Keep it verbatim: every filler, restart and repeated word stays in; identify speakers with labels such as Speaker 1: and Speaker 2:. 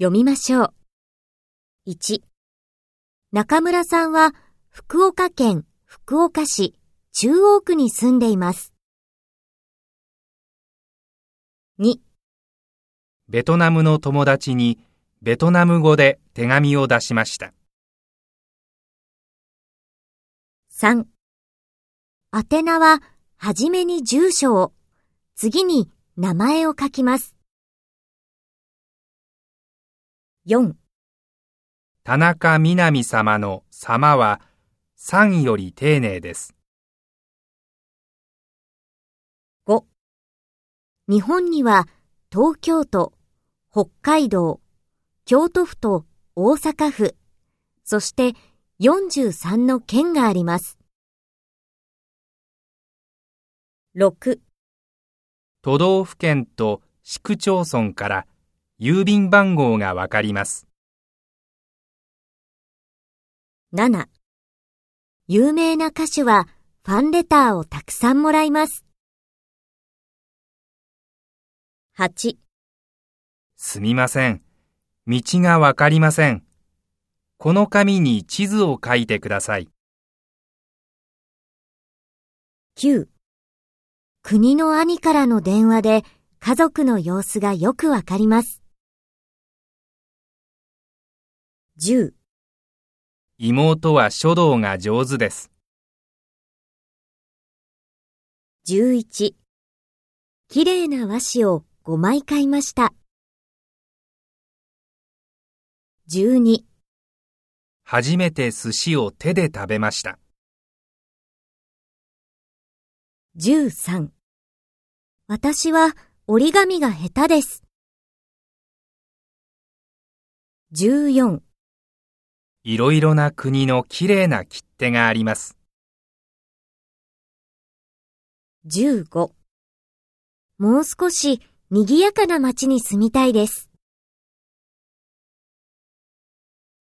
Speaker 1: 読みましょう。いち、中村さんは福岡県福岡市中央区に住んでいます。に、
Speaker 2: ベトナムの友達にベトナム語で手紙を出しました。
Speaker 1: さん、宛名ははじめに住所を、次に名前を書きます。よん、
Speaker 2: 田中みな実様の様はさんより丁寧です。
Speaker 1: ご、日本には東京都、北海道、京都府と大阪府、そしてよんじゅうさんの県があります。ろく、
Speaker 2: 都道府県と市区町村から郵便番号がわかります。
Speaker 1: なな、有名な歌手はファンレターをたくさんもらいます。はち、
Speaker 2: すみません。道がわかりません。この紙に地図を書いてください。
Speaker 1: きゅう、国の兄からの電話で家族の様子がよくわかります。じゅう、
Speaker 2: 妹は書道が上手です。
Speaker 1: じゅういち、きれいな和紙をごまい買いました。じゅうに、
Speaker 2: 初めて寿司を手で食べました。
Speaker 1: じゅうさん、私は折り紙が下手です。じゅうよん、
Speaker 2: いろいろな国のきれいな切手があります。
Speaker 1: じゅうご、もう少し賑やかな街に住みたいです。